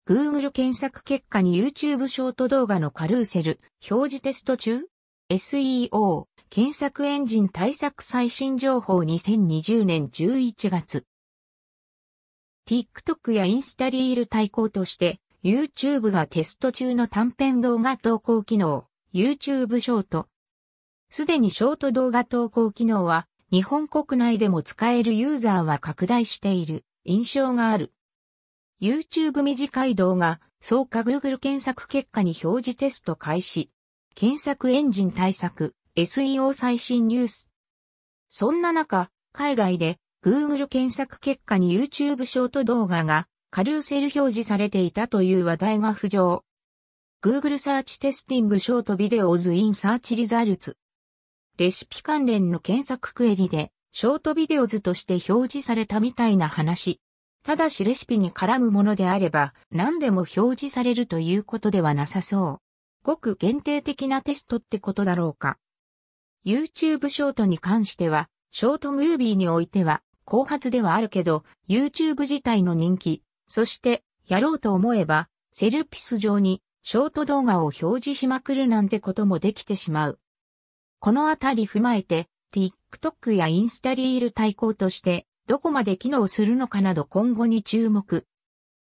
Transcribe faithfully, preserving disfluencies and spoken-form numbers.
Google 検索結果に YouTube ショート動画のカルーセル、表示テスト中？ エスイーオー、検索エンジン対策最新情報にせんにじゅうねんじゅういちがつ。TikTok や Insta リール対抗として、YouTube がテスト中の短編動画投稿機能、YouTube ショート。すでにショート動画投稿機能は、日本国内でも使えるユーザーは拡大している印象がある。YouTube 短い動画、総価 Google 検索結果に表示テスト開始。検索エンジン対策、エスイーオー 最新ニュース。そんな中、海外で Google 検索結果に YouTube ショート動画がカルーセル表示されていたという話題が浮上。Google サーチテスティングショートビデオズインサーチリザルツ。レシピ関連の検索クエリでショートビデオズとして表示されたみたいな話。ただしレシピに絡むものであれば何でも表示されるということではなさそう。ごく限定的なテストってことだろうか。YouTube ショートに関しては、ショートムービーにおいては後発ではあるけど、YouTube 自体の人気、そしてやろうと思えば、セルピス上にショート動画を表示しまくるなんてこともできてしまう。このあたり踏まえて、TikTok や Insta リール対抗として、どこまで機能するのかなど今後に注目。